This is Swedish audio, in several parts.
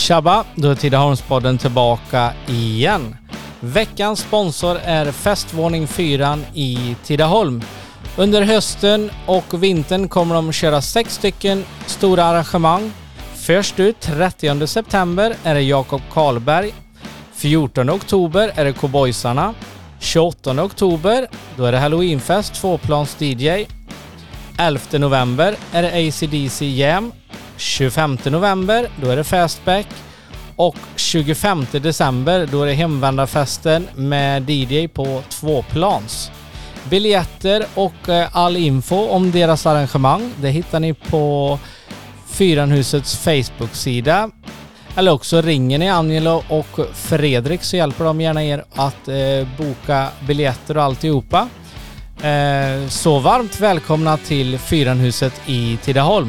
Tjabba, då är Tidaholmspodden tillbaka igen. Veckans sponsor är Festvåning 4 i Tidaholm. Under hösten och vintern kommer de köra 6 stycken stora arrangemang. Först ut 30 september är det Jakob Karlberg. 14 oktober är det Cowboysarna. 28 oktober då är det Halloweenfest 2-plans DJ. 11 november är det AC/DC Jam. 25 november då är det Fastback. Och 25 december då är det Hemvändarfesten med DJ på 2-plans. Biljetter och all info om deras arrangemang det hittar ni på Fyranhusets Facebook-sida. Eller också ringer ni Angelo och Fredrik så hjälper de gärna er att boka biljetter och alltihopa. Så varmt välkomna till Fyranhuset i Tidaholm.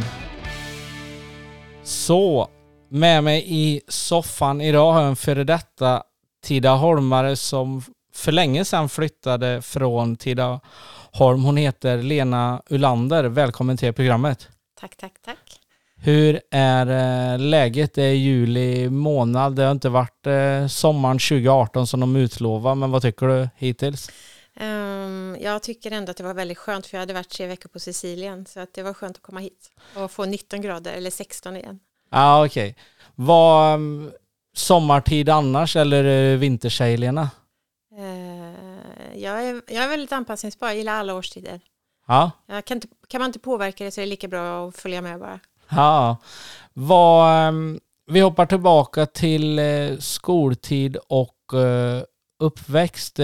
Så med mig i soffan idag har jag en före detta Tidaholmare som för länge sedan flyttade från Tidaholm. Hon heter Lena Ulander. Välkommen till programmet. Tack. Hur är läget? Det är juli månad. Det har inte varit sommaren 2018 som de utlovar. Men vad tycker du hittills? Jag tycker ändå att det var väldigt skönt för jag hade varit 3 veckor på Sicilien. Så att det var skönt att komma hit och få 19 grader eller 16 igen. Ja, okej. Vad sommartid annars eller vintertjej, Lena? Jag är väldigt anpassningsbar. Jag gillar alla årstider. Ja. Kan man inte påverka det så är det lika bra att följa med bara. Ja. Vi hoppar tillbaka till skoltid och uppväxt.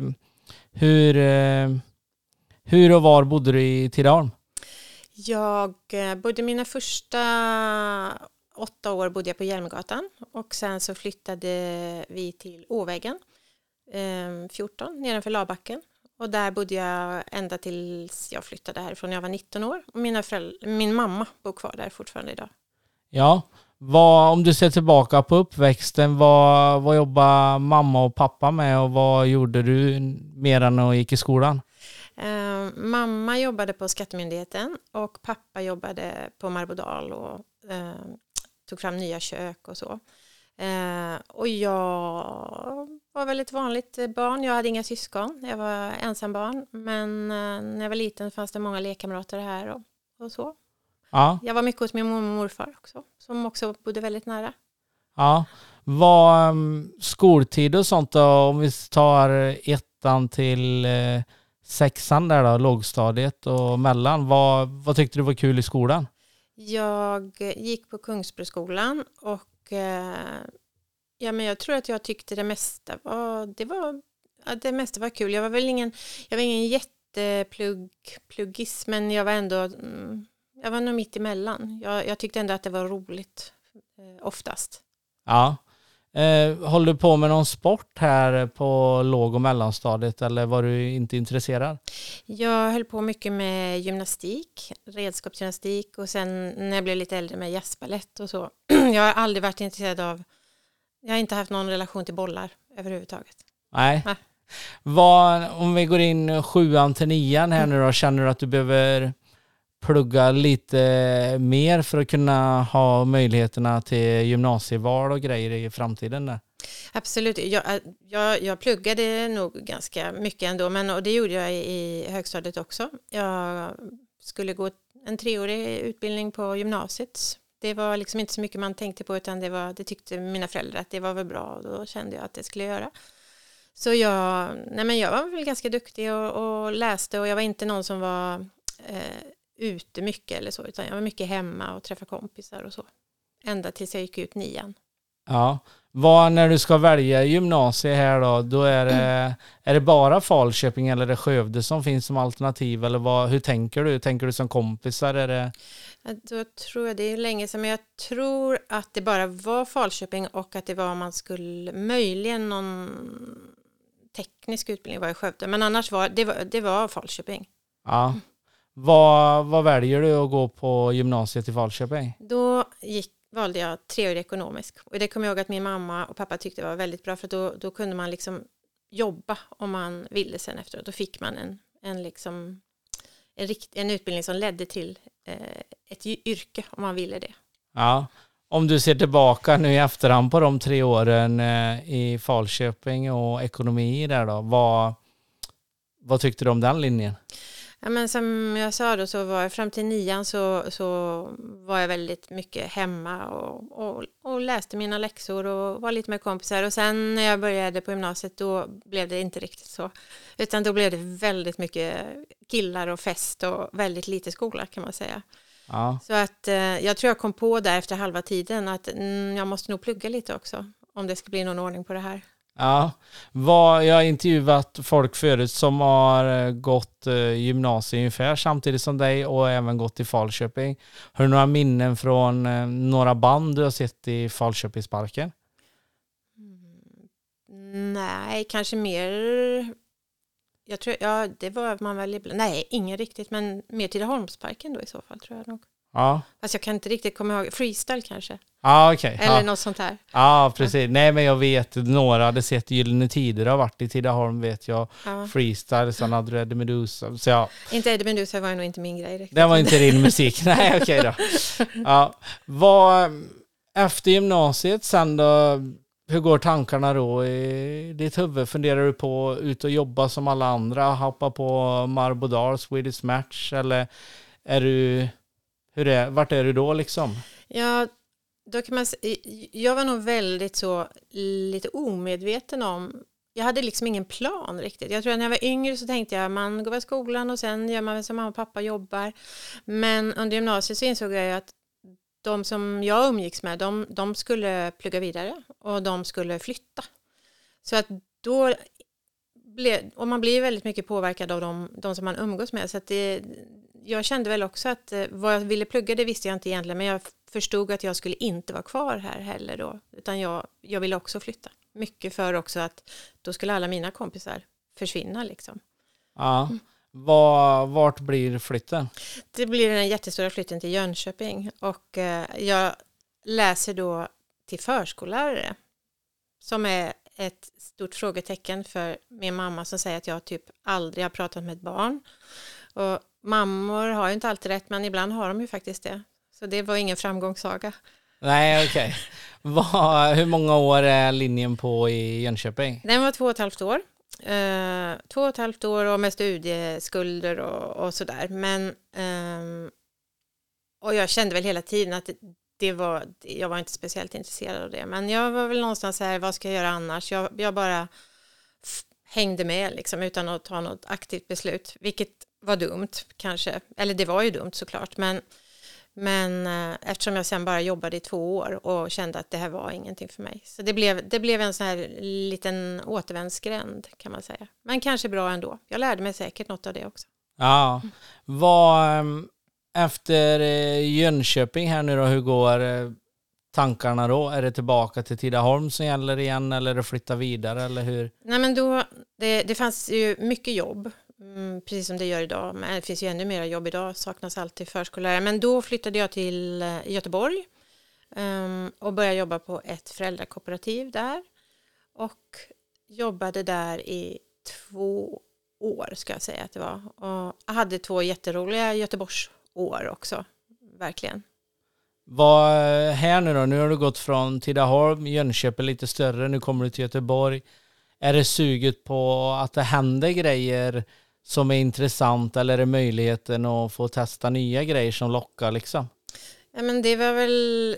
Hur och var bodde du i Tidaholm? Jag bodde mina första 8 år bodde jag på Hjälmgatan och sen så flyttade vi till Åväggen 14 nedanför Labacken och där bodde jag ända tills jag flyttade härifrån när jag var 19 år och min mamma bor kvar där fortfarande idag. Ja, om du ser tillbaka på uppväxten, vad jobbar mamma och pappa med och vad gjorde du mer än att gick i skolan? Mamma jobbade på Skattemyndigheten och pappa jobbade på Marbodal och tog fram nya kök och så. Och jag var väldigt vanligt barn. Jag hade inga syskon. Jag var ensam barn. Men när jag var liten fanns det många lekkamrater här och så. Ja. Jag var mycket hos min mormor och morfar också. Som också bodde väldigt nära. Ja. Vad skoltid och sånt då, om vi tar 1:an till 6:an där då, lågstadiet och mellan. Vad tyckte du var kul i skolan? Jag gick på Kungsbroskolan och men jag tror att jag tyckte det mesta var kul. Jag var ingen jättepluggis men jag var nog mitt emellan. Jag tyckte ändå att det var roligt oftast. Ja. Håller du på med någon sport här på låg- och mellanstadiet eller var du inte intresserad? Jag höll på mycket med gymnastik, redskapsgymnastik och sen när jag blev lite äldre med jazzballett och så. Jag har aldrig varit intresserad jag har inte haft någon relation till bollar överhuvudtaget. Nej. Om vi går in 7:an till 9:an här nu då, känner du att du behöver plugga lite mer för att kunna ha möjligheterna till gymnasieval och grejer i framtiden där? Absolut. Jag pluggade nog ganska mycket ändå, och det gjorde jag i högstadiet också. Jag skulle gå en 3-årig utbildning på gymnasiet. Det var liksom inte så mycket man tänkte på utan det tyckte mina föräldrar att det var väl bra och då kände jag att det skulle göra. Så jag var väl ganska duktig och läste och jag var inte någon som var ute mycket eller så utan jag var mycket hemma och träffade kompisar och så. Ända tills jag gick ut 9:an. Ja. När du ska välja gymnasie här då är det bara Falköping eller är det Skövde som finns som alternativ eller hur tänker du? Tänker du som kompisar? Då tror jag det är länge sedan men jag tror att det bara var Falköping och att det var man skulle möjligen någon teknisk utbildning var i Skövde men annars det var Falköping. Ja. Vad väljer du att gå på gymnasiet i Falköping? Då valde jag 3-årig ekonomisk. Och det kommer jag ihåg att min mamma och pappa tyckte var väldigt bra för då kunde man liksom jobba om man ville sen efteråt. Då fick man en utbildning som ledde till ett yrke om man ville det. Ja, Om du ser tillbaka nu i efterhand på de 3 åren i Falköping och ekonomi där då, vad tyckte du om den linjen? Ja, men som jag sa då så var jag fram till 9 så var jag väldigt mycket hemma och läste mina läxor och var lite med kompisar. Och sen när jag började på gymnasiet då blev det inte riktigt så. Utan då blev det väldigt mycket killar och fest och väldigt lite skola kan man säga. Ja. Så att jag tror jag kom på där efter halva tiden att jag måste nog plugga lite också om det ska bli någon ordning på det här. Ja, jag har intervjuat folk förut som har gått gymnasiet ungefär samtidigt som dig och även gått i Falköping. Har du några minnen från några band du har sett i Falköpingsparken? Nej, kanske mer... Jag tror, det var man väl... Nej, ingen riktigt, men mer Tidaholmsparken då i så fall tror jag nog. Ja. Fast jag kan inte riktigt komma ihåg. Freestyle kanske. Ja, okej. Eller något sånt här. Ja, precis. Ja. Nej, men jag vet, några hade sett Gyllene Tider har varit i Tidaholm, vet jag. Ja. Freestyle, sen hade du Eddie Meduza. Så ja. Inte Eddie Meduza var nog inte min grej riktigt. Det var inte din musik. Nej, okej då. Ja. Efter gymnasiet sen då, hur går tankarna då i ditt huvud? Funderar du på ut och jobba som alla andra? Hoppa på Marbodal, Swedish Match? Eller vart är du då liksom? Ja, då kan man jag var nog väldigt så lite omedveten om. Jag hade liksom ingen plan riktigt. Jag tror att när jag var yngre så tänkte jag man går i skolan och sen gör man som mamma och pappa jobbar. Men under gymnasiet så insåg jag att de som jag umgicks med, de skulle plugga vidare och de skulle flytta. Så att då och man blir väldigt mycket påverkad av de som man umgås med. Så att jag kände väl också att vad jag ville plugga, det visste jag inte egentligen. Men jag förstod att jag skulle inte vara kvar här heller då. Utan jag ville också flytta. Mycket för också att då skulle alla mina kompisar försvinna liksom. Ja. Vart blir flytten? Det blir den jättestora flytten till Jönköping. Och jag läser då till förskollärare. Som är ett stort frågetecken för min mamma som säger att jag typ aldrig har pratat med ett barn. Och mammor har ju inte alltid rätt, men ibland har de ju faktiskt det. Så det var ingen framgångssaga. Nej, okej. Hur många år är linjen på i Jönköping? Den var 2,5 år. 2,5 år och med studieskulder och sådär. Men och jag kände väl hela tiden att jag var inte speciellt intresserad av det. Men jag var väl någonstans här, vad ska jag göra annars? Jag bara hängde med liksom, utan att ta något aktivt beslut. Vilket var dumt kanske. Eller det var ju dumt såklart. Men eftersom jag sen bara jobbade i 2 år och kände att det här var ingenting för mig. Så det blev en sån här liten återvändsgränd kan man säga. Men kanske bra ändå. Jag lärde mig säkert något av det också. Ja. Efter Jönköping här nu då, hur går tankarna då? Är det tillbaka till Tidaholm som gäller igen eller är det flytta vidare eller hur? Nej men då, det fanns ju mycket jobb. Precis som det gör idag. Men det finns ju ännu mer jobb idag. Saknas alltid förskollärare. Men då flyttade jag till Göteborg. Och började jobba på ett föräldrakooperativ där. Och jobbade där i 2 år ska jag säga att det var. Och jag hade 2 jätteroliga Göteborgsår också. Verkligen. Vad här nu då? Nu har du gått från Tidaholm, Jönköping lite större. Nu kommer du till Göteborg. Är det suget på att det händer grejer som är intressant eller är det möjligheten att få testa nya grejer som lockar liksom? Ja men det var väl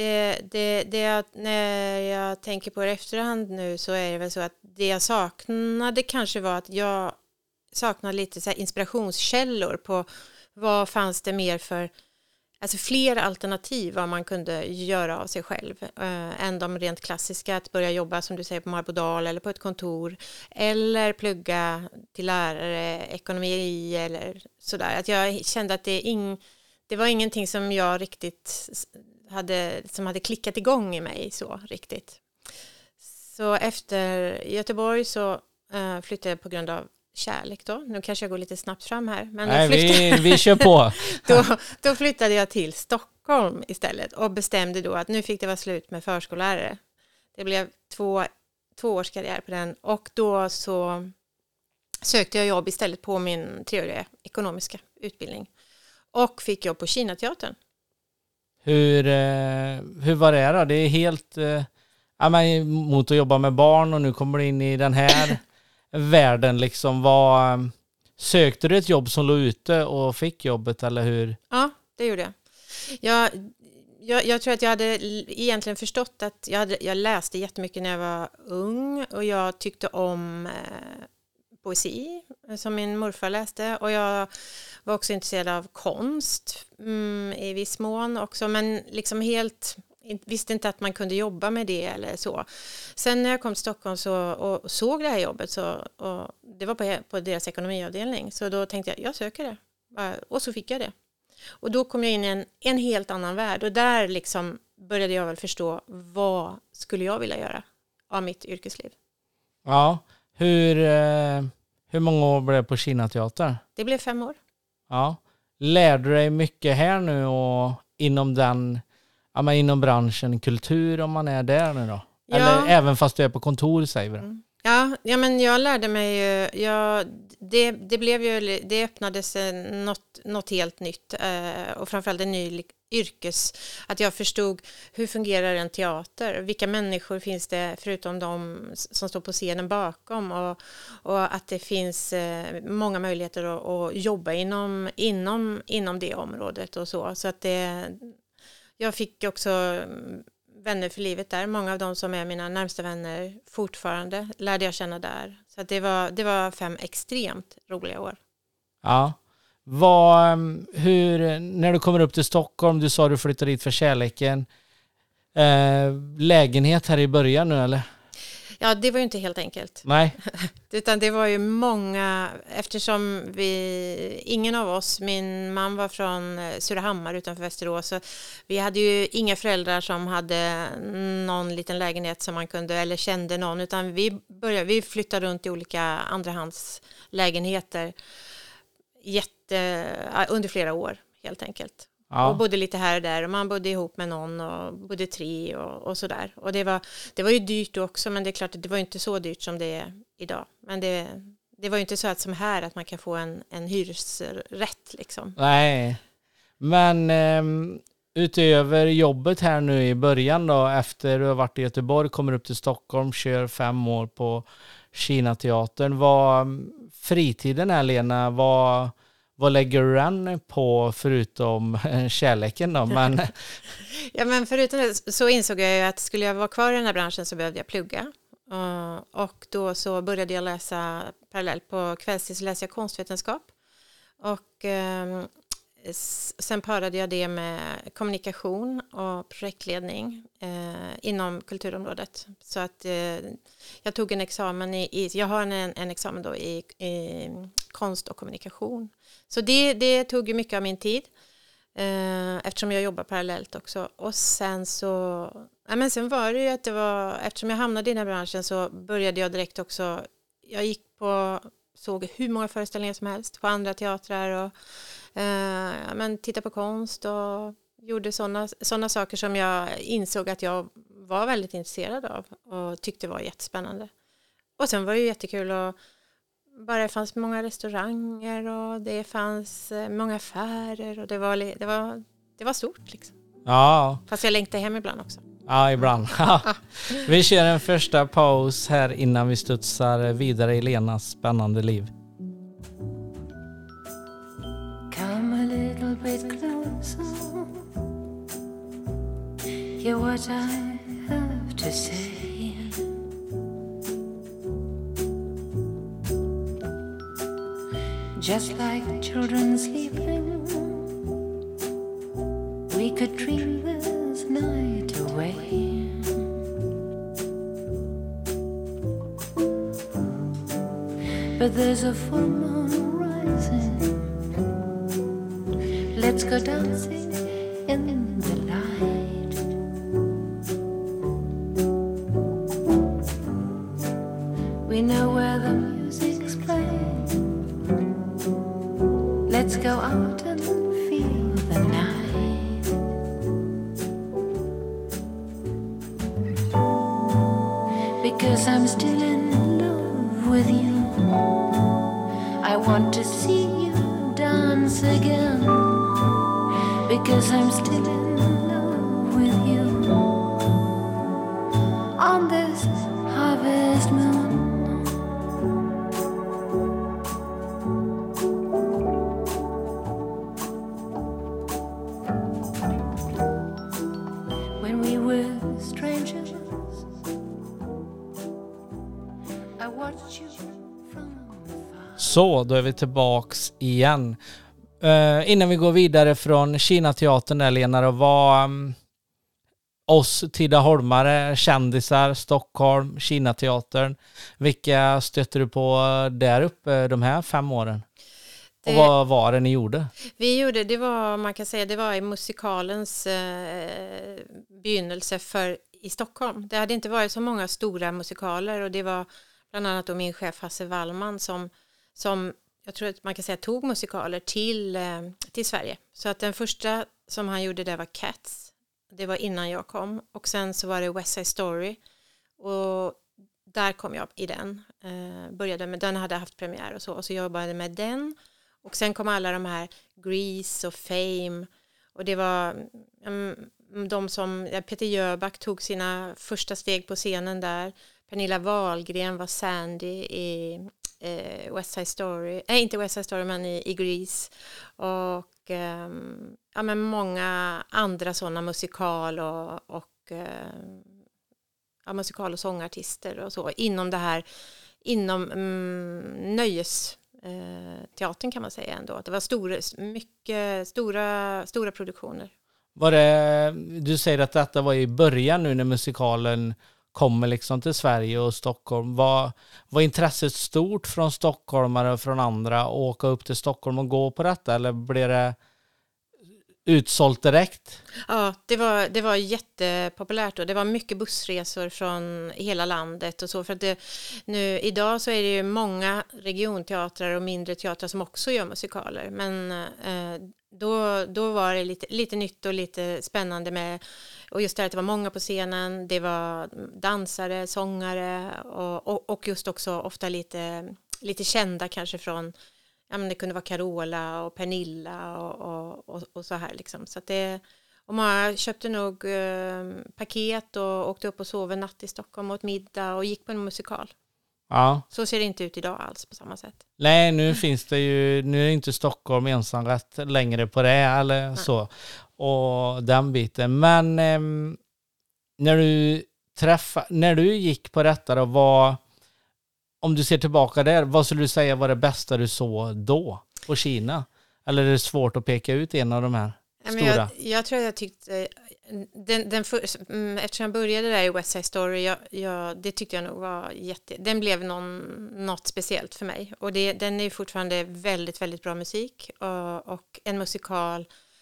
när jag tänker på det efterhand nu så är det väl så att det jag saknade kanske var att jag saknade lite så här inspirationskällor på vad fanns det mer för, alltså fler alternativ vad man kunde göra av sig själv än de rent klassiska, att börja jobba som du säger på Marbodal eller på ett kontor eller plugga till lärare, ekonomi eller sådär. Att jag kände att det var ingenting som jag riktigt hade klickat igång i mig så riktigt. Så efter Göteborg så flyttade jag på grund av kärlek då. Nu kanske jag går lite snabbt fram här. Men nej, vi kör på. då flyttade jag till Stockholm istället och bestämde då att nu fick det vara slut med förskollärare. Det blev 2 års karriär på den och då så sökte jag jobb istället på min 3-åriga ekonomiska utbildning och fick jobb på Kinateatern. Hur var det då? Det är helt mot att jobba med barn och nu kommer du in i den här världen liksom. Sökte du ett jobb som låg ute och fick jobbet eller hur? Ja, det gjorde jag. Jag tror att jag hade egentligen förstått att jag läste jättemycket när jag var ung och jag tyckte om poesi som min morfar läste och jag var också intresserad av konst i viss mån också, men liksom visste inte att man kunde jobba med det eller så. Sen när jag kom till Stockholm och såg det här jobbet och det var på deras ekonomiavdelning, så då tänkte jag söker det. Och så fick jag det. Och då kom jag in i en helt annan värld och där liksom började jag väl förstå vad skulle jag vilja göra av mitt yrkesliv. Ja, hur många år blev det på Kina Teater? Det blev 5 år. Ja, lärde du dig mycket här nu och inom branschen kultur om man är där nu då? Ja. Eller även fast du är på kontor säger vi. Ja, men jag lärde mig det öppnades något helt nytt och framförallt en ny att jag förstod hur fungerar en teater, vilka människor finns det förutom de som står på scenen bakom och att det finns många möjligheter att jobba inom det området och så att jag fick också vänner för livet där. Många av dem som är mina närmsta vänner fortfarande lärde jag känna där. Så att det var 5 extremt roliga år. Ja. När du kommer upp till Stockholm, du sa du flyttade dit för kärleken. Lägenhet här i början nu eller? Ja, det var ju inte helt enkelt. Nej. Utan det var ju många, eftersom ingen av oss, min man var från Surahammar utanför Västerås, så vi hade ju inga föräldrar som hade någon liten lägenhet som man kunde eller kände någon, utan vi flyttade runt i olika andrahandslägenheter under flera år helt enkelt. Ja. Och bodde lite här och där och man bodde ihop med någon och bodde 3 och sådär. Och det var ju dyrt också, men det är klart att det var inte så dyrt som det är idag. Men det var ju inte så att som här att man kan få en hyresrätt liksom. Nej, men utöver jobbet här nu i början då, efter du har varit i Göteborg, kommer upp till Stockholm, kör 5 år på Kina Teatern. Fritiden här Lena, vad lägger du den på förutom kärleken då? Men... Ja, men förutom det så insåg jag ju att skulle jag vara kvar i den här branschen så behövde jag plugga. Och då så började jag läsa parallellt på kvällstid, så läste jag konstvetenskap. Och sen parade jag det med kommunikation och projektledning inom kulturområdet. Så att jag tog en examen jag har en examen då i konst och kommunikation. Så det tog ju mycket av min tid eftersom jag jobbar parallellt också. Och sen sen var det ju att eftersom jag hamnade i den här branschen så började jag direkt också, jag såg hur många föreställningar som helst på andra teatrar och titta på konst och gjorde sådana saker som jag insåg att jag var väldigt intresserad av och tyckte var jättespännande. Och sen var det ju jättekul och det fanns många restauranger och det fanns många affärer och det var stort liksom. Ja. Fast jag längtade hem ibland också. Ja, ibland. Vi kör en första paus här innan vi studsar vidare i Lenas spännande liv. Come a little bit closer. Hear what I have to say. Just like children sleeping, we could dream this night away. But there's a full moon rising. Let's go dancing in the light. We know where the music's playing. Let's go out and feel the night. Because I'm still in love with you. I want to see you dance again. Because I'm still in love on this harvest moon. When we were strangers, I watched you from afar. Så, då är vi tillbaks igen. Innan vi går vidare från Kinateatern där, Lena, och vad oss Tidaholmare, kändisar, Stockholm, Kinateatern, vilka stötte du på där uppe de här 5 åren? Och vad var det ni gjorde? Vi gjorde, det var, man kan säga, det var i musikalens begynnelse i Stockholm. Det hade inte varit så många stora musikaler, och det var bland annat då min chef Hasse Wallman som jag tror att man kan säga tog musikaler till Sverige. Så att den första som han gjorde där var Cats. Det var innan jag kom. Och sen så var det West Side Story. Och där kom jag i den. Började med, den hade haft premiär och så. Och så jobbade med den. Och sen kom alla de här Grease och Fame. Och det var de som, Peter Jöback tog sina första steg på scenen där. Pernilla Wahlgren var Sandy i West Side Story. Inte West Side Story, men i Grease. Och men många andra sådana musikal och musikal- och sångartister och så. Inom det här, inom nöjesteatern kan man säga ändå. Det var mycket stora produktioner. Du säger att detta var i början nu när musikalen kommer liksom till Sverige och Stockholm. Var intresset stort från stockholmare och från andra att åka upp till Stockholm och gå på detta, eller blev det utsålt direkt? Ja, det var jättepopulärt, och det var mycket bussresor från hela landet och så, för att idag så är det ju många regionteatrar och mindre teatrar som också gör musikaler, men då var det lite nytt och lite spännande med, och just det att det var många på scenen, det var dansare, sångare och just också ofta lite kända kanske från, ja, men det kunde vara Carola och Pernilla och så här liksom. Så att och man köpte nog paket och åkte upp och sov en natt i Stockholm, åt middag och gick på en musikal. Ja. Så ser det inte ut idag alls på samma sätt. Nej, nu är inte Stockholm ensamrätt längre på det eller så. Och den biten. Men när du gick på detta då, om du ser tillbaka där, vad skulle du säga var det bästa du såg då på Kina? Eller är det svårt att peka ut en av de här stora? Jag tror att jag tyckte eftersom jag började där i West Side Story, det tyckte jag nog var den blev något speciellt för mig, och den är fortfarande väldigt, väldigt bra musik, och en musikal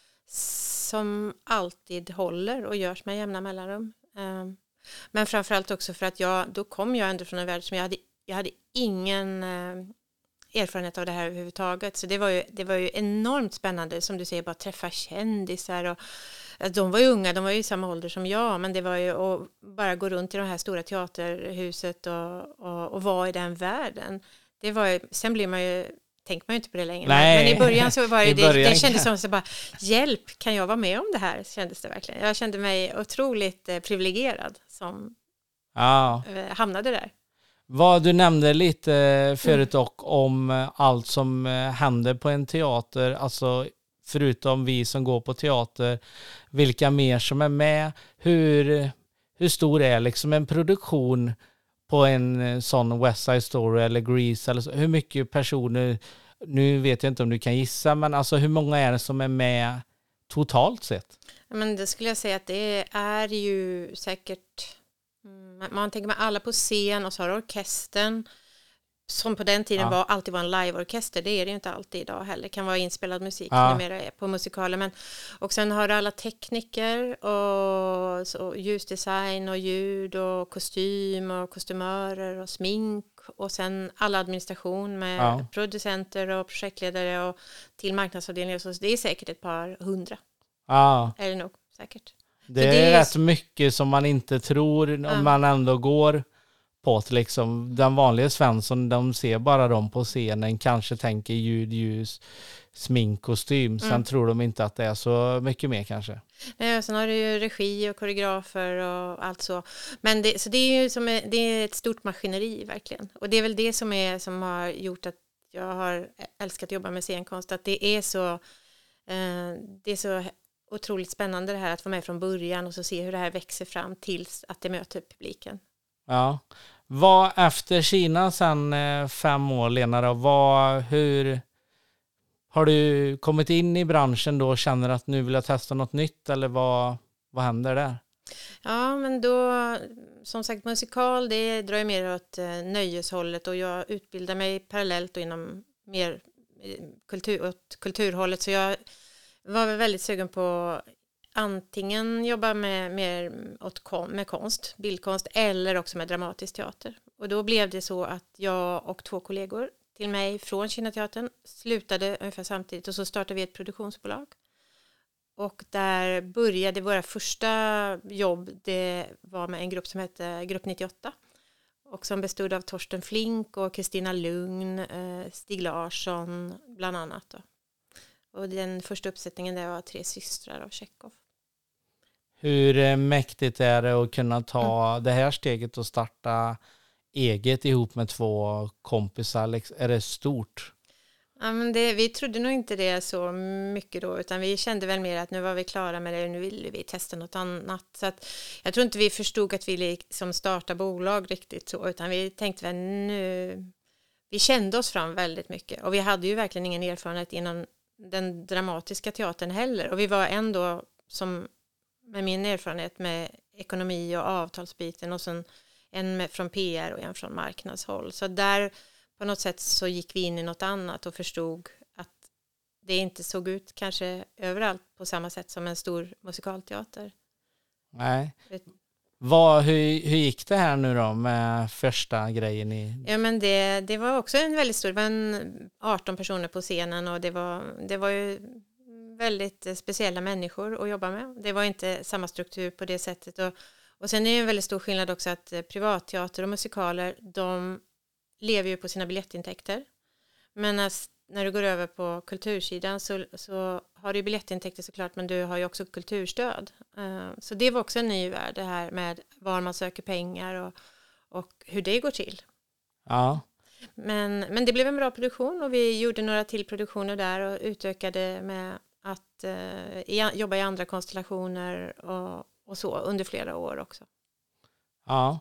som alltid håller och görs med jämna mellanrum, men framförallt också för att då kom jag ändå från en värld som jag hade ingen erfarenhet av det här överhuvudtaget, så det var ju enormt spännande, som du säger, bara träffa kändisar, och de var ju unga, de var ju i samma ålder som jag, men det var ju att bara gå runt i det här stora teaterhuset och vara i den världen. Det var ju, sen blir man ju, tänker man ju inte på det längre. Nej. Men i början så var det kändes som så bara, hjälp, kan jag vara med om det här? Kändes det verkligen. Jag kände mig otroligt privilegierad som hamnade där. Du nämnde lite förut och om allt som händer på en teater, alltså förutom vi som går på teater, vilka mer som är med, hur stor är liksom en produktion på en sån West Side Story eller Grease, eller så, hur mycket personer, nu vet jag inte om du kan gissa, men alltså hur många är det som är med totalt sett? Men det skulle jag säga att det är ju säkert, man tänker med alla på scen, och så har orkestern som på den tiden alltid var en liveorkester. Det är det ju inte alltid idag heller. Det kan vara inspelad musik numera på musikaler. Men, och sen har du alla tekniker och så, ljusdesign och ljud och kostym och kostymörer och smink. Och sen all administration med producenter och projektledare och till marknadsavdelningar. Så det är säkert ett par 100. Ja. Är det nog säkert. Det är rätt mycket som man inte tror om man ändå går på det liksom. Den vanliga Svensson, de ser bara dem på scenen, kanske tänker ljud, ljus, smink, kostym. Sen tror de inte att det är så mycket mer kanske. Nej, och sen har du ju regi och koreografer och allt så. Men det är ju det är ett stort maskineri verkligen. Och det är väl det som har gjort att jag har älskat att jobba med scenkonst. Att det är så otroligt spännande det här att vara med från början och så se hur det här växer fram tills att det möter publiken. Ja. Vad efter Kina sen 5 år, Lena då, hur har du kommit in i branschen då och känner att nu vill jag testa något nytt, eller vad händer där? Ja, men då, som sagt, musikal, det drar ju mer åt nöjeshållet och jag utbildar mig parallellt och inom mer åt kulturhållet, så jag var väl väldigt sugen på antingen jobba med konst, bildkonst, eller också med dramatisk teater. Och då blev det så att jag och 2 kollegor till mig från Kinateatern slutade ungefär samtidigt och så startade vi ett produktionsbolag. Och där började våra första jobb, det var med en grupp som hette Grupp 98 och som bestod av Torsten Flink och Kristina Lugn, Stig Larsson bland annat då. Och den första uppsättningen där var 3 systrar av Tjechov. Hur mäktigt är det att kunna ta det här steget och starta eget ihop med 2 kompisar? Är det stort? Ja, men vi trodde nog inte det så mycket då, utan vi kände väl mer att nu var vi klara med det och nu ville vi testa något annat. Så att jag tror inte vi förstod att vi liksom starta bolag riktigt så, utan vi tänkte väl vi kände oss fram väldigt mycket och vi hade ju verkligen ingen erfarenhet inom den dramatiska teatern heller, och vi var ändå som med min erfarenhet med ekonomi och avtalsbiten och sen en från PR och en från marknadshåll. Så där på något sätt så gick vi in i något annat och förstod att det inte såg ut kanske överallt på samma sätt som en stor musikalteater. Nej. Hur gick det här nu då med första grejen i? Ja, men det var också en väldigt stor, det var 18 personer på scenen och det var ju väldigt speciella människor att jobba med. Det var inte samma struktur på det sättet. Och sen är det en väldigt stor skillnad också att privatteater och musikaler, de lever ju på sina biljettintäkter. Men när du går över på kultursidan så har du biljettintäkter såklart, men du har ju också kulturstöd. Så det var också en ny värld, det här med var man söker pengar och hur det går till. Ja. Men det blev en bra produktion och vi gjorde några till produktioner där och utökade med att jobba i andra konstellationer och så under flera år också. Ja.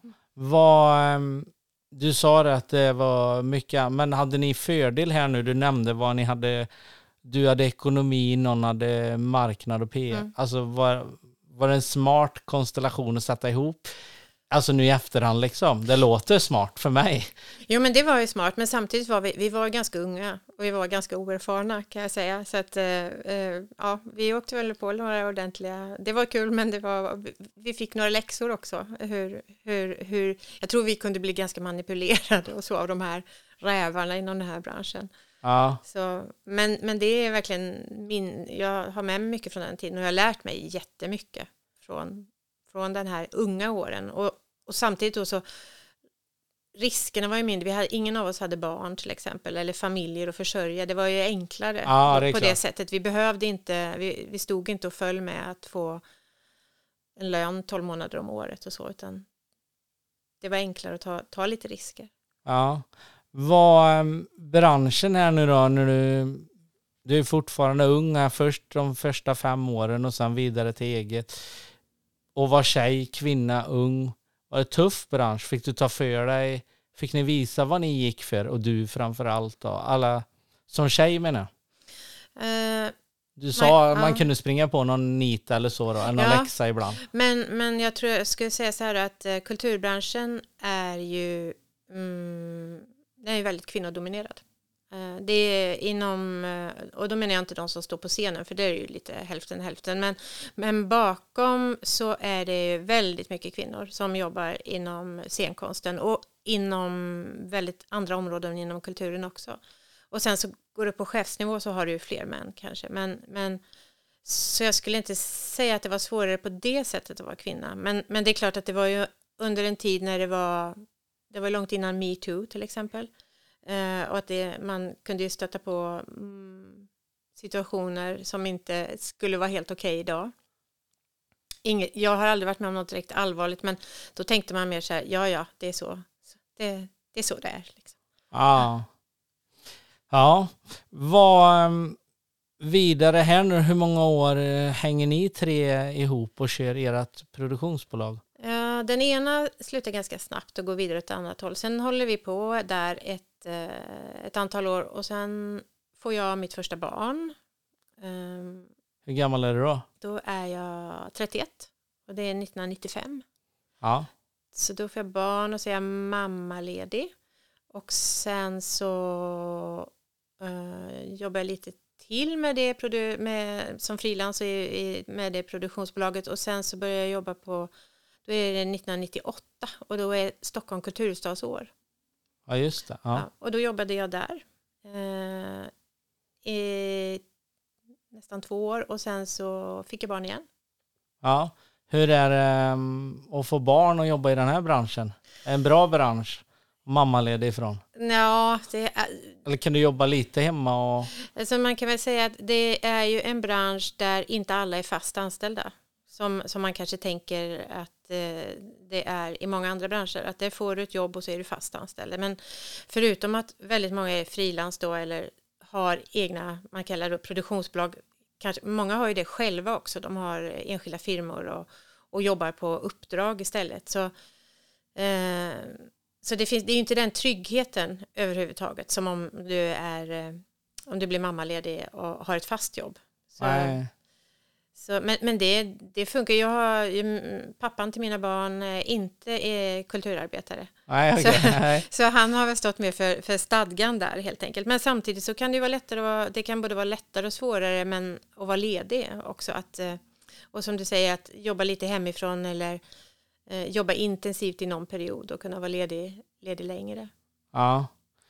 Du sa det att det var mycket, men hade ni fördel här nu? Du nämnde vad ni hade. Du hade ekonomi, någon hade marknad och PR. Alltså var det en smart konstellation att sätta ihop? Alltså nu i efterhand liksom. Det låter smart för mig. Jo, men det var ju smart. Men samtidigt var vi var ganska unga och vi var ganska oerfarna kan jag säga. Så att ja, vi åkte väl på några ordentliga. Det var kul, men vi fick några läxor också. Hur jag tror vi kunde bli ganska manipulerade och så av de här rävarna inom den här branschen. Ja. Så, men det är verkligen jag har med mig mycket från den tiden och jag har lärt mig jättemycket från den här unga åren och samtidigt då så riskerna var ju mindre. Ingen av oss hade barn till exempel eller familjer att försörja. Det var ju enklare på det sättet. Vi behövde inte, vi stod inte och föll med att få en lön 12 månader om året och så, utan det var enklare att ta lite risker. Ja. Vad branschen här nu då, när du är fortfarande ung här, först de första 5 åren och sen vidare till eget. Och var tjej, kvinna, ung. Var det tuff bransch? Fick du ta för dig? Fick ni visa vad ni gick för? Och du framförallt då? Alla som tjej menar du sa man kunde springa på någon nit eller så då, eller någon läxa ibland. Men jag tror jag skulle säga så här att kulturbranschen är ju den är väldigt kvinnodominerad. Det är och då menar jag inte de som står på scenen, för det är ju lite hälften. Men bakom så är det väldigt mycket kvinnor som jobbar inom scenkonsten och inom väldigt andra områden inom kulturen också. Och sen så går det på chefsnivå så har du ju fler män kanske. Men så jag skulle inte säga att det var svårare på det sättet att vara kvinna. Men det är klart att det var ju under en tid när Det var långt innan Me Too till exempel. Och att man kunde ju stöta på situationer som inte skulle vara helt okej idag. Jag har aldrig varit med om något direkt allvarligt, men då tänkte man mer så här, ja, det är så. Det är så det är. Liksom. Ja. Vad vidare här nu, hur många år hänger ni 3 ihop och kör ert produktionsbolag? Den ena slutar ganska snabbt och går vidare åt ett annat håll. Sen håller vi på där ett antal år och sen får jag mitt första barn. Hur gammal är du då? Då är jag 31 och det är 1995. Ja. Så då får jag barn och så är jag mammaledig. Och sen så jobbar jag lite till med det som frilans med det produktionsbolaget. Och sen så börjar jag jobba då är det 1998 och då är Stockholm kulturhuvudstadsår. Ja, just det. Ja. Ja, och då jobbade jag där i nästan 2 år och sen så fick jag barn igen. Ja. Hur är det att få barn och jobba i den här branschen? En bra bransch? Mammaledig ifrån? Ja, Eller kan du jobba lite hemma? Alltså man kan väl säga att det är ju en bransch där inte alla är fast anställda. Som man kanske tänker att det är i många andra branscher. Att där får du ett jobb och så är du fast anställd. Men förutom att väldigt många är frilans då eller har egna, man kallar det produktionsbolag. Kanske, många har ju det själva också. De har enskilda firmor och jobbar på uppdrag istället. Så det är ju inte den tryggheten överhuvudtaget som om du blir mammaledig och har ett fast jobb. Men det funkar. Pappan till mina barn inte är kulturarbetare. Nej, okay. Så han har väl stått med för stadgan där helt enkelt. Men samtidigt så kan det ju vara lättare. Det kan både vara lättare och svårare men att vara ledig också. Och som du säger att jobba lite hemifrån eller jobba intensivt i någon period och kunna vara ledig längre. Ja.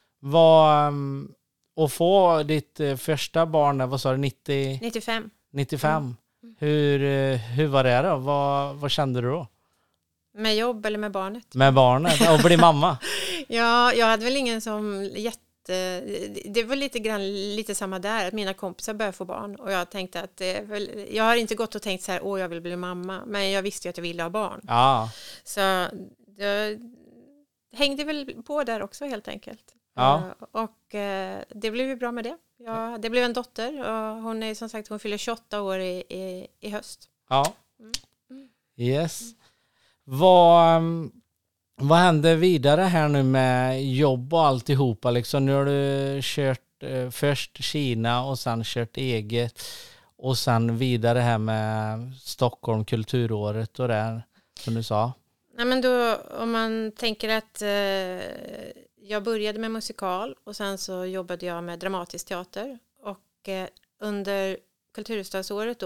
Och få ditt första barn, vad sa du, 95. 95. Hur var det då? Vad kände du då? Med jobb eller med barnet? Med barnet och bli mamma? Ja, jag hade väl ingen som det var lite samma där, att mina kompisar började få barn och jag tänkte att jag har inte gått och tänkt så här, jag vill bli mamma, men jag visste ju att jag ville ha barn. Ja. Så jag hängde väl på där också helt enkelt. Ja. Och det blev ju bra med det. Ja, det blev en dotter och hon fyller 28 år i höst. Ja. Yes. Vad händer vidare här nu med jobb och alltihopa? Liksom, nu har du kört först Kina och sen kört eget och sen vidare här med Stockholm kulturåret och det som du sa. Nej, men då om man tänker att jag började med musikal och sen så jobbade jag med dramatisk teater och under kulturhuvudstadsåret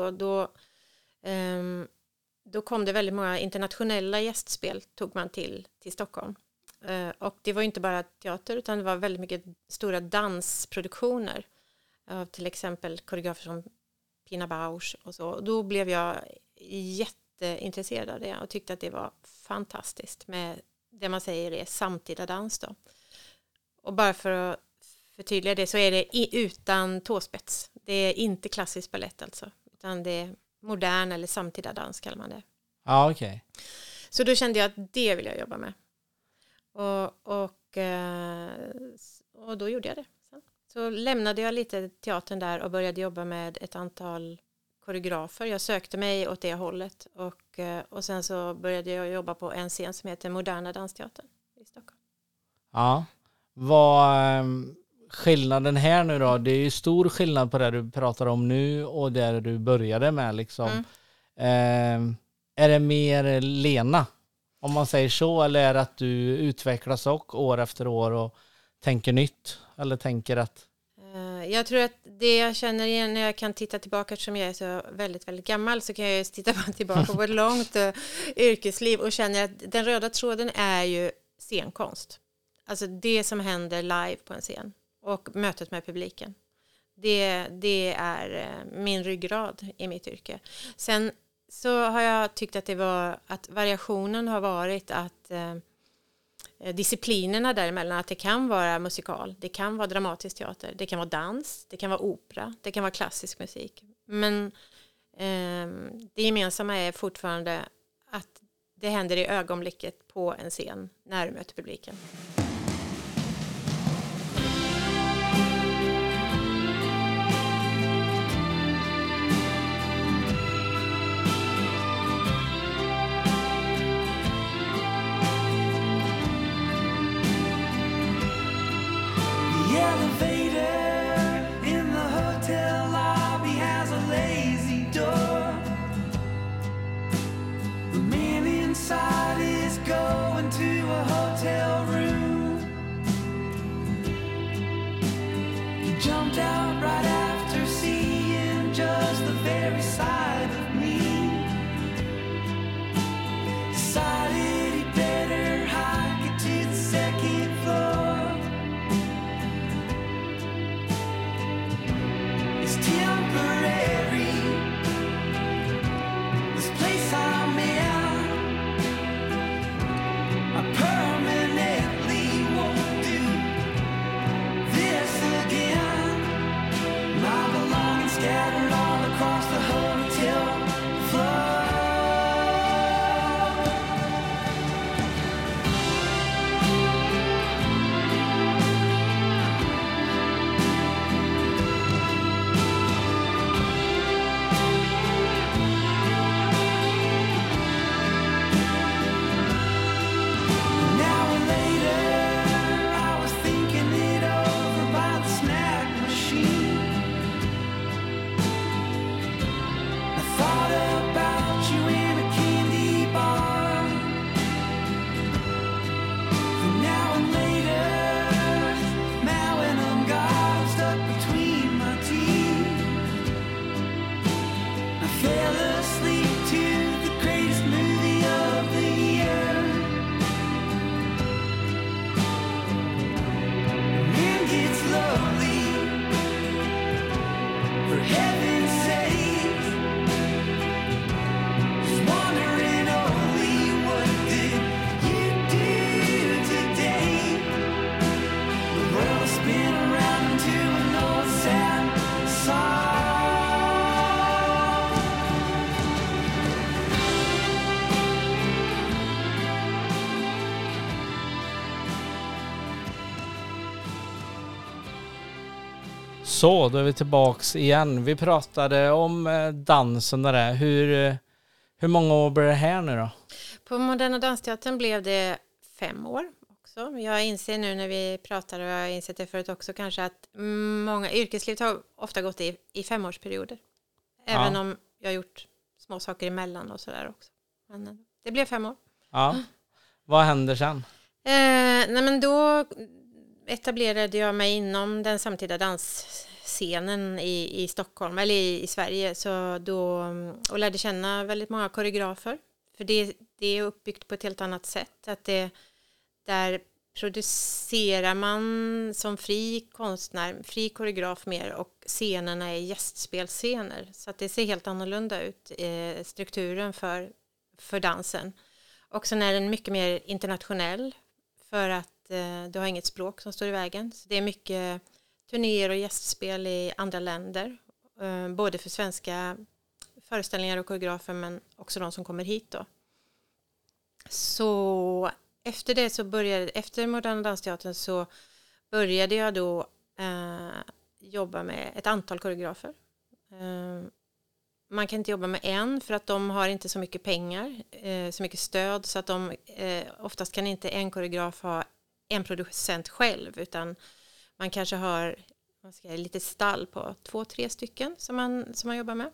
då kom det väldigt många internationella gästspel tog man till Stockholm. Och det var ju inte bara teater utan det var väldigt mycket stora dansproduktioner av till exempel koreografer som Pina Bausch och så. Och då blev jag jätteintresserad av det och tyckte att det var fantastiskt med det man säger är samtida dans då. Och bara för att förtydliga det så är det utan tåspets. Det är inte klassisk ballett alltså, utan det är modern eller samtida dans kallar man det. Ja, okej. Så då kände jag att det vill jag jobba med. Och då gjorde jag det. Så lämnade jag lite teatern där och började jobba med ett antal koreografer. Jag sökte mig åt det hållet och sen så började jag jobba på en scen som heter Moderna Dansteatern i Stockholm. Ja. Vad skillnaden här nu då? Det är ju stor skillnad på det du pratar om nu och där du började med liksom. Är det mer Lena? Om man säger så, eller är det att du utvecklas och år efter år och tänker nytt? Eller tänker att... Jag tror att det jag känner igen när jag kan titta tillbaka, eftersom jag är så väldigt, väldigt gammal, så kan jag just titta tillbaka på ett långt yrkesliv och känner att den röda tråden är ju scenkonst. Alltså det som händer live på en scen och mötet med publiken. Det är min ryggrad i mitt yrke. Sen så har jag tyckt att variationen har varit att disciplinerna däremellan, att det kan vara musikal, det kan vara dramatisk teater, det kan vara dans, det kan vara opera, det kan vara klassisk musik. Men det gemensamma är fortfarande att det händer i ögonblicket på en scen när du möter publiken. Så, då är vi tillbaks igen. Vi pratade om dansen där. Hur många år blir det här nu då? På Moderna Dansteatern blev det 5 år också. Jag inser nu när vi pratar, och jag har insett det förut också kanske, att många yrkeslivet har ofta gått i 5-årsperioder. Även om jag har gjort små saker emellan och sådär också. Men det blev 5 år. Ja. Vad händer sen? Nej, men då etablerade jag mig inom den samtida dansscenen i Stockholm, eller i Sverige, och lärde känna väldigt många koreografer. För det är uppbyggt på ett helt annat sätt. Att där producerar man som fri konstnär, fri koreograf mer, och scenerna är gästspelscener. Så att det ser helt annorlunda ut, strukturen för dansen. Och sen är den mycket mer internationell, för att du har inget språk som står i vägen. Så det är mycket turnéer och gästspel i andra länder. Både för svenska föreställningar och koreografer, men också de som kommer hit då. Så efter det efter Moderna Dansteatern så började jag då jobba med ett antal koreografer. Man kan inte jobba med en, för att de har inte så mycket pengar, så mycket stöd, så att oftast kan inte en koreograf ha en producent själv, utan man kanske har lite stall på 2-3 stycken som man jobbar med.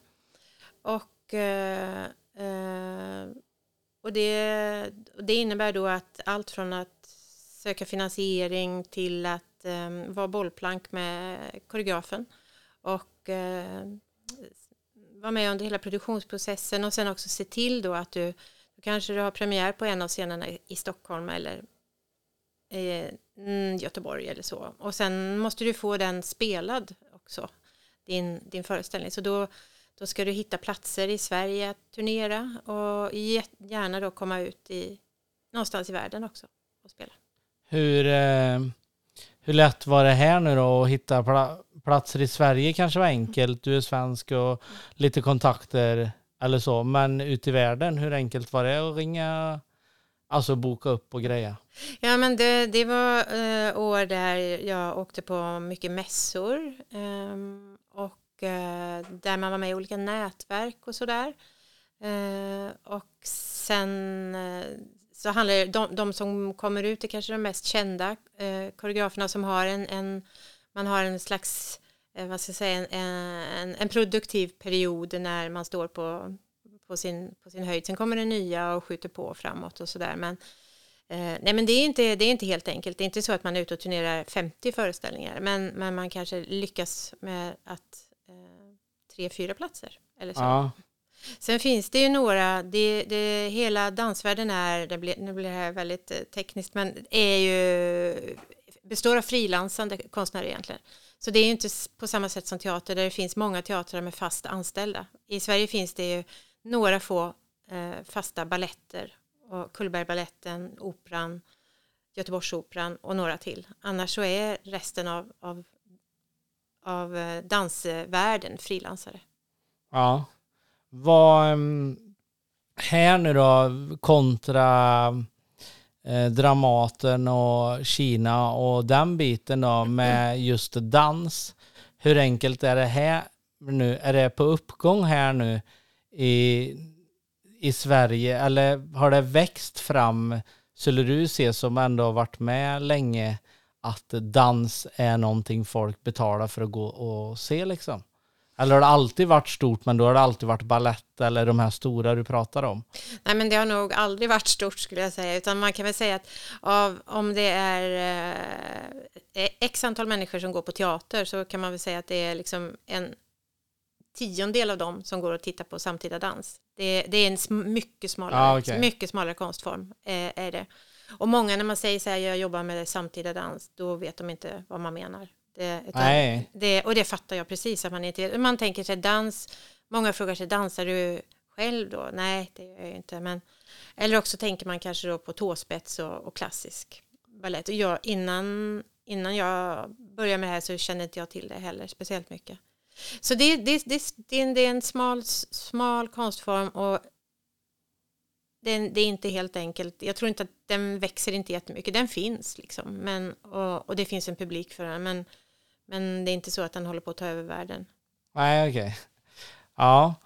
Och det innebär då att allt från att söka finansiering till att vara bollplank med koreografen och vara med under hela produktionsprocessen, och sen också se till då att du kanske har premiär på en av scenerna i Stockholm eller Göteborg eller så. Och sen måste du få den spelad också, din föreställning. Så då ska du hitta platser i Sverige att turnera, och gärna då komma ut någonstans i världen också och spela. Hur lätt var det här nu då att hitta platser i Sverige? Kanske var enkelt, du är svensk och lite kontakter eller så. Men ute i världen, hur enkelt var det att ringa, alltså boka upp och greja? Ja, men det var år där jag åkte på mycket mässor och där man var med i olika nätverk och sådär. Och sen så handlar det, de som kommer ut är kanske de mest kända koreograferna som har man har en slags vad ska jag säga, en produktiv period när man står på sin höjd. Sen kommer det nya och skjuter på framåt och sådär. Men nej, men det är inte helt enkelt. Det är inte så att man är ute och turnerar 50 föreställningar, men man kanske lyckas med att 3-4 platser eller så. Ja. Sen finns det ju några, hela dansvärlden nu blir det här väldigt tekniskt, men består av frilansande konstnärer egentligen. Så det är ju inte på samma sätt som teater där det finns många teatrar med fast anställda. I Sverige finns det ju några få fasta balletter, och Cullbergbaletten, Operan, Göteborgsoperan och några till. Annars så är resten av dansvärlden frilansare. Ja. Vad här nu då kontra Dramaten och Kina och den biten då med just dans. Hur enkelt är det här nu? Är det på uppgång här nu i Sverige, eller har det växt fram, skulle du se, som ändå har varit med länge, att dans är någonting folk betalar för att gå och se liksom? Eller har det alltid varit stort, men då har det alltid varit ballett eller de här stora du pratar om? Nej, men det har nog aldrig varit stort, skulle jag säga. Utan man kan väl säga att om det är x antal människor som går på teater, så kan man väl säga att det är liksom en 10-del av dem som går och tittar på samtida dans. Det är en mycket smalare, mycket smalare konstform är det. Och många, när man säger så här, jag jobbar med samtida dans, då vet de inte vad man menar. Och det fattar jag precis, att man tänker sig dans. Många frågar sig, dansar du själv då? Nej, det gör jag inte. Eller också tänker man kanske då på tåspets och klassisk ballett. Och innan jag började med det här så kände inte jag till det heller speciellt mycket. Så det är en smal konstform, och det är inte helt enkelt. Jag tror inte att den växer inte jättemycket. Den finns liksom, och det finns en publik för den, men det är inte så att den håller på att ta över världen. Nej, okej. Ja,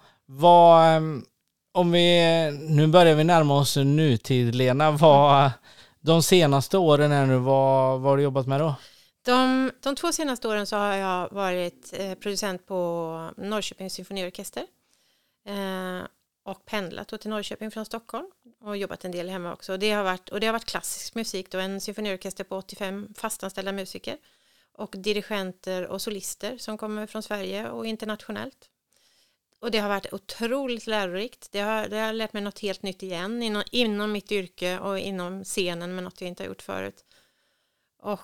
nu börjar vi närma oss nutid, Lena. De senaste åren här nu, vad har du jobbat med då? De 2 senaste åren så har jag varit producent på Norrköpings symfoniorkester och pendlat till Norrköping från Stockholm och jobbat en del hemma också. Det har varit klassisk musik då, en symfoniorkester på 85 fastanställda musiker och dirigenter och solister som kommer från Sverige och internationellt. Och det har varit otroligt lärorikt. Det har lärt mig något helt nytt igen inom mitt yrke och inom scenen, med något jag inte har gjort förut. Och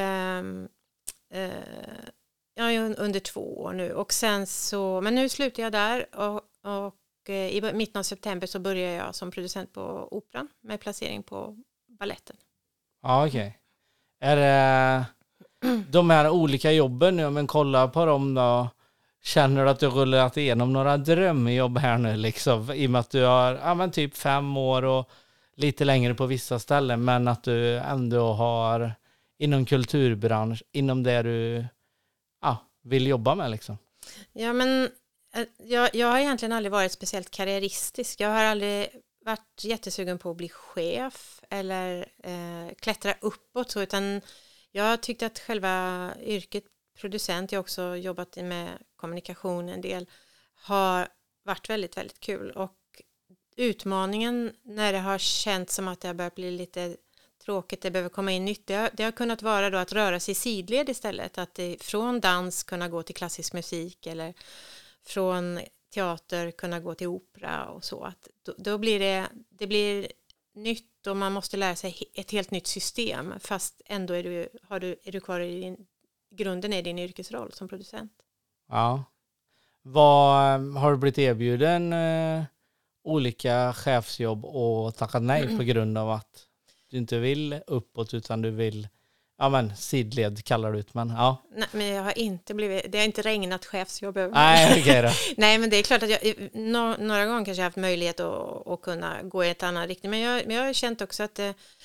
under 2 år nu. Och sen så, men nu slutar jag där och i mitten av september så börjar jag som producent på Operan med placering på balletten. Ja, okej. Är det de här olika jobben nu, men kolla på dem då, känner du att du rullat igenom några drömjobb här nu liksom, i och med att du har typ 5 år och lite längre på vissa ställen, men att du ändå har inom kulturbransch, inom det du vill jobba med liksom? Ja, men jag har egentligen aldrig varit speciellt karriäristisk. Jag har aldrig varit jättesugen på att bli chef eller klättra uppåt så, utan jag tyckte att själva yrket producent, jag har också jobbat med kommunikation en del, har varit väldigt, väldigt kul. Och utmaningen när det har känts som att det har börjat bli lite tråkigt, det behöver komma in nytt, det har kunnat vara då att röra sig i sidled istället, att från dans kunna gå till klassisk musik eller från teater kunna gå till opera och så, att då blir det blir nytt och man måste lära sig ett helt nytt system, fast ändå är du kvar i grunden är din yrkesroll som producent. Ja. Vad har du blivit erbjuden olika chefsjobb och tackat nej på grund av att du inte vill uppåt utan du vill, sidled kallar du det, men ja. Nej, men jag har inte blivit, det har inte regnat chefsjobb över mig. Nej, okej då. Nej, men det är klart att jag några gånger kanske jag haft möjlighet att kunna gå i ett annat riktning. Men jag har känt också att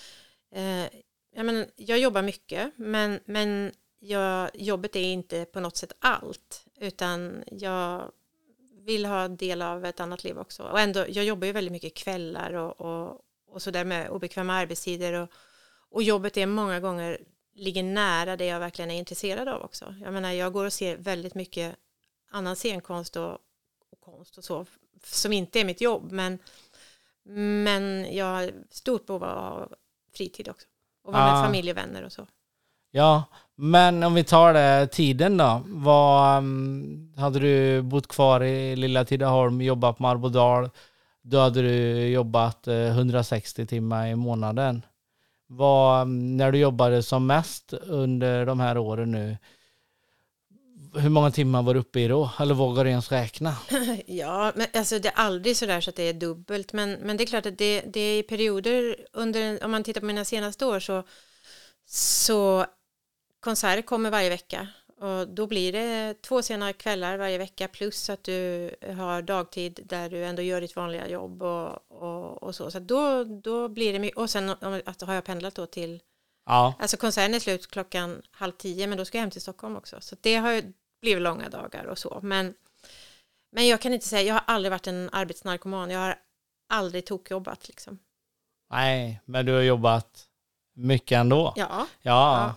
jag jobbar mycket, men jobbet är inte på något sätt allt, utan jag vill ha del av ett annat liv också. Och ändå, jag jobbar ju väldigt mycket kvällar och så där med obekväma arbetstider och jobbet är många gånger ligger nära det jag verkligen är intresserad av också. Jag menar, jag går och ser väldigt mycket annan scenkonst och konst och så som inte är mitt jobb, men jag har stort behov av fritid också. Och vara med familj och vänner och så. Ja, men om vi tar det tiden då. Hade du bott kvar i lilla Tidaholm, jobbat på Marbodal, då hade du jobbat 160 timmar i månaden. När du jobbade som mest under de här åren nu, hur många timmar var du uppe i då? Eller vågar du ens räkna? Ja, men alltså det är aldrig så där så att det är dubbelt. Men det är klart att det är i perioder om man tittar på mina senaste år så konserter kommer varje vecka. Och då blir det 2 sena kvällar varje vecka plus att du har dagtid där du ändå gör ditt vanliga jobb och så. Så då blir det mycket. Och sen att har jag pendlat då till... Ja. Alltså konserten är slut 9:30, men då ska jag hem till Stockholm också. Så det har ju blivit långa dagar och så. Men jag kan inte säga, jag har aldrig varit en arbetsnarkoman. Jag har aldrig tokjobbat liksom. Nej, men du har jobbat mycket ändå. Ja.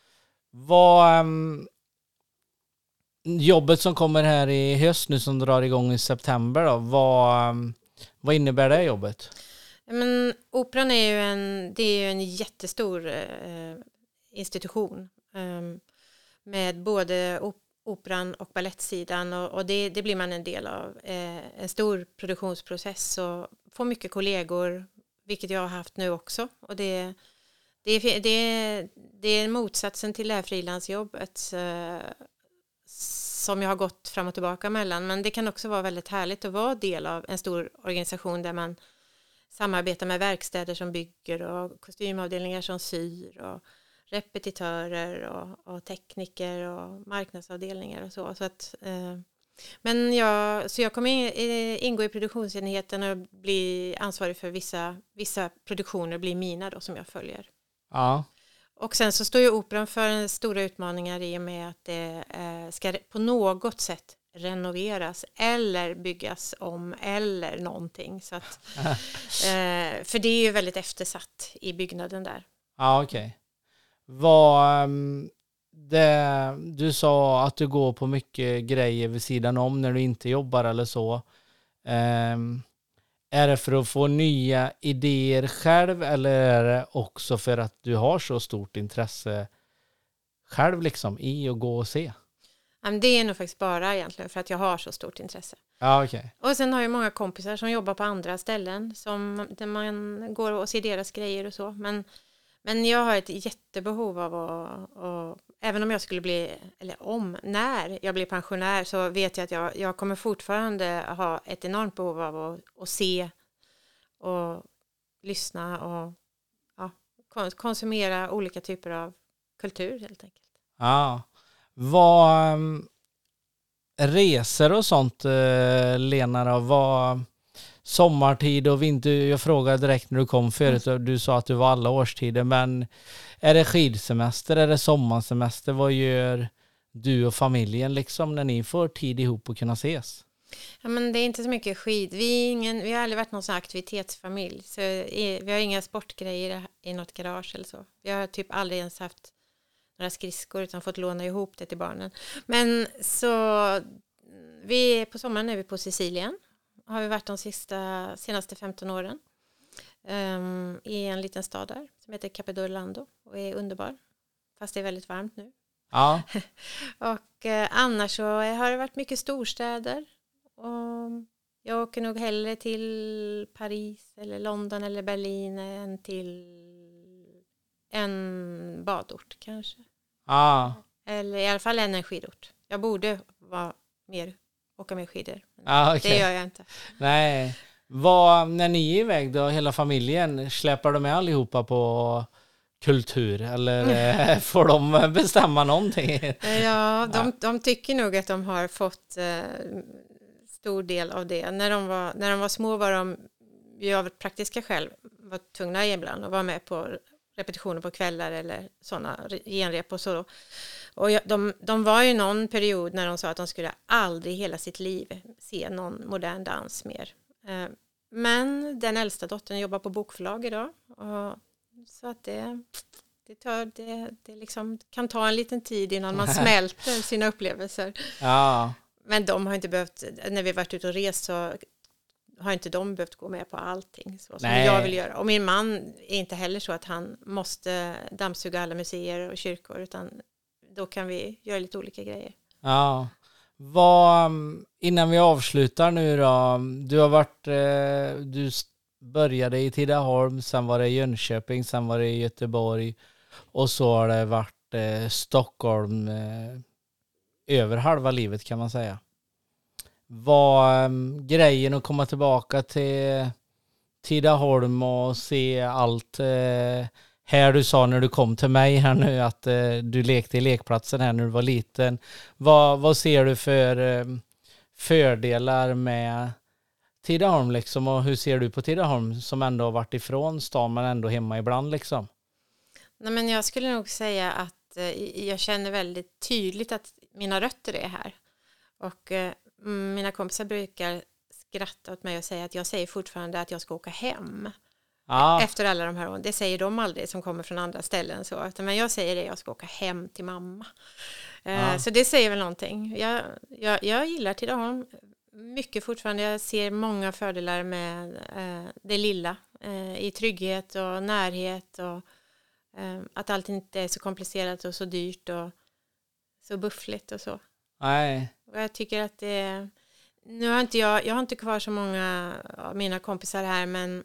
Jobbet som kommer här i höst nu som drar igång i september då, vad innebär det jobbet? Men operan är ju en jättestor institution med både operan och ballettsidan och det blir man en del av. En stor produktionsprocess och får mycket kollegor, vilket jag har haft nu också. Och det är motsatsen till det här frilansjobbet som jag har gått fram och tillbaka mellan. Men det kan också vara väldigt härligt att vara del av en stor organisation där man samarbetar med verkstäder som bygger och kostymavdelningar som syr och repetitörer och tekniker och marknadsavdelningar och så. Så jag kommer ingå i produktionsenheten och bli ansvarig för vissa produktioner blir mina då som jag följer. Ja. Och sen så står ju operan för stora utmaningar i och med att det ska på något sätt renoveras eller byggas om eller någonting. Så att, för det är ju väldigt eftersatt i byggnaden där. Ja, okej. Du sa att du går på mycket grejer vid sidan om när du inte jobbar eller så. Är det för att få nya idéer själv eller är det också för att du har så stort intresse själv liksom i att gå och se? Det är nog faktiskt bara egentligen för att jag har så stort intresse. Ja, okej. Och sen har jag många kompisar som jobbar på andra ställen där man går och ser deras grejer och så. Men jag har ett jättebehov av att även om jag skulle när jag blir pensionär så vet jag att jag kommer fortfarande ha ett enormt behov av att se och lyssna och konsumera olika typer av kultur helt enkelt. Ja. Resor och sånt, Lena då, sommartid och vinter, jag frågade direkt när du kom förut, du sa att du var alla årstider, men är det skidsemester, är det sommarsemester, vad gör du och familjen liksom när ni får tid ihop och kunna ses? Ja, men det är inte så mycket skid, vi har aldrig varit någon sån aktivitetsfamilj, så vi har inga sportgrejer i något garage eller så, vi har typ aldrig ens haft några skridskor utan fått låna ihop det till barnen, men så på sommaren är vi på Sicilien. Har vi varit de senaste 15 åren i en liten stad där som heter Capodorlando och är underbar. Fast det är väldigt varmt nu. Ja. Och annars så har det varit mycket storstäder. Och jag åker nog hellre till Paris eller London eller Berlin än till en badort kanske. Ja. Eller i alla fall en skidort. Jag borde åka mer skidor. Ja, okay. Det gör jag inte. Nej, När ni är iväg då, hela familjen, släpar de med allihopa på kultur? Eller får de bestämma någonting? Ja, de tycker nog att de har fått stor del av det. När de var små var de ju av praktiska skäl var tvungna ibland att vara med på repetitioner på kvällar eller sådana genrep och så. Och de var ju någon period när de sa att de skulle aldrig i hela sitt liv se någon modern dans mer. Men den äldsta dottern jobbar på bokförlag idag. Och så att det liksom kan ta en liten tid innan man smälter sina upplevelser. Ja. Men de har inte behövt, när vi varit ute och rest så har inte de behövt gå med på allting så som jag vill göra. Och min man är inte heller så att han måste dammsuga alla museer och kyrkor, utan då kan vi göra lite olika grejer. Ja. Innan vi avslutar nu då, du började i Tidaholm, sen var det Jönköping, sen var det Göteborg och så har det varit Stockholm över halva livet kan man säga. Var grejen att komma tillbaka till Tidaholm och se allt här du sa när du kom till mig här nu att du lekte i lekplatsen här när du var liten. Vad ser du för fördelar med Tidaholm liksom, och hur ser du på Tidaholm som ändå har varit ifrån stan men ändå hemma ibland liksom? Nej, men jag skulle nog säga att jag känner väldigt tydligt att mina rötter är här. Och mina kompisar brukar skratta åt mig och säga att jag säger fortfarande att jag ska åka hem. Efter alla de här åren. Det säger de aldrig som kommer från andra ställen. Så. Men jag säger det, jag ska åka hem till mamma. Så det säger väl någonting. Jag gillar Tidaholm mycket fortfarande. Jag ser många fördelar med det lilla. I trygghet och närhet. Och att allt inte är så komplicerat och så dyrt och så buffligt och så. Nej. Och jag tycker att det... Nu har inte jag har inte kvar så många av mina kompisar här, men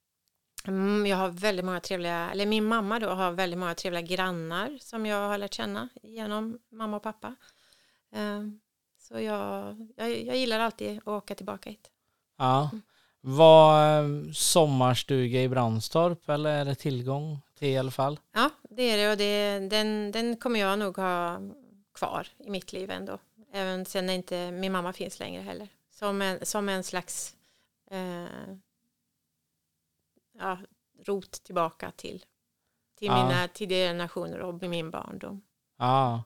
jag har väldigt många trevliga, eller min mamma då har väldigt många trevliga grannar som jag har lärt känna genom mamma och pappa. Så jag gillar alltid att åka tillbaka hit. Ja. Var sommarstuga i Brandstorp eller är det tillgång till i alla fall? Ja, det är det, och den kommer jag nog ha kvar i mitt liv ändå. Även sen när inte min mamma finns längre heller. Som en slags rot tillbaka till mina tidigare generationer och min barndom. Ja.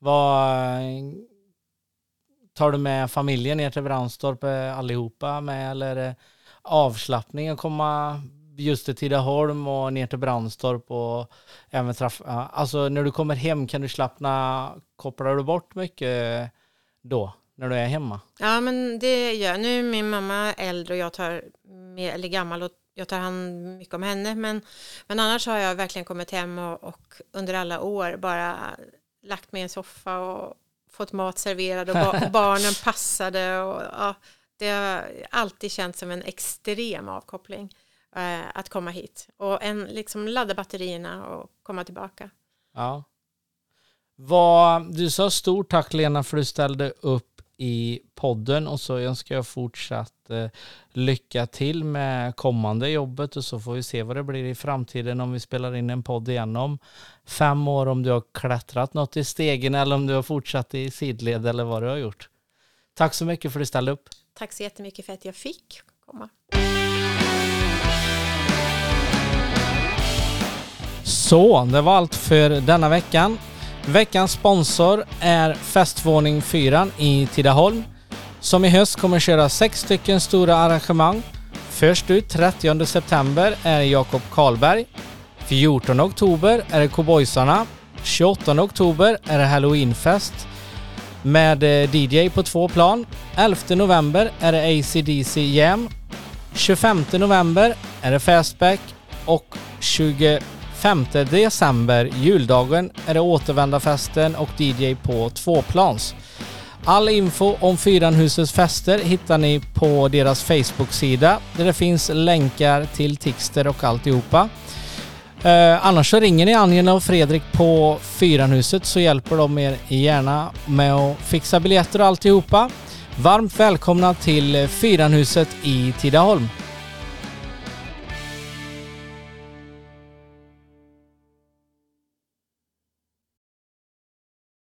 Tar du med familjen ner till Brandstorp allihopa med, eller avslappning att komma just till Tidaholm och ner till Brandstorp och även alltså när du kommer hem kan du kopplar du bort mycket då när du är hemma? Ja, men det gör nu är min mamma äldre och jag eller gammal och jag tar hand mycket om henne, men annars har jag verkligen kommit hem och under alla år bara lagt mig i en soffa och fått mat serverad och barnen passade och det har alltid känts som en extrem avkoppling att komma hit och liksom ladda batterierna och komma tillbaka. Ja. Du sa stort tack Lena för att du ställde upp i podden och så önskar jag fortsatt lycka till med kommande jobbet och så får vi se vad det blir i framtiden om vi spelar in en podd igen om 5 år, om du har klättrat något i stegen eller om du har fortsatt i sidled eller vad du har gjort. Tack så mycket för att du ställde upp. Tack så jättemycket för att jag fick komma. Så, det var allt för denna veckan. Veckans sponsor är Festvåning 4 i Tidaholm som i höst kommer köra 6 stycken stora arrangemang. Först ut 30 september är Jakob Karlberg. 14 oktober är det Cowboysarna. 28 oktober är det Halloweenfest med DJ på 2 plan. 11 november är det AC/DC Jam. 25 november är det Fastback och 25 december, juldagen, är det Återvändarfesten och DJ på 2 plans. All info om Fyranhusets fester hittar ni på deras Facebook-sida där det finns länkar till texter och alltihopa. Annars så ringer ni Angela och Fredrik på Fyranhuset så hjälper de er gärna med att fixa biljetter och alltihopa. Varmt välkomna till Fyranhuset i Tidaholm.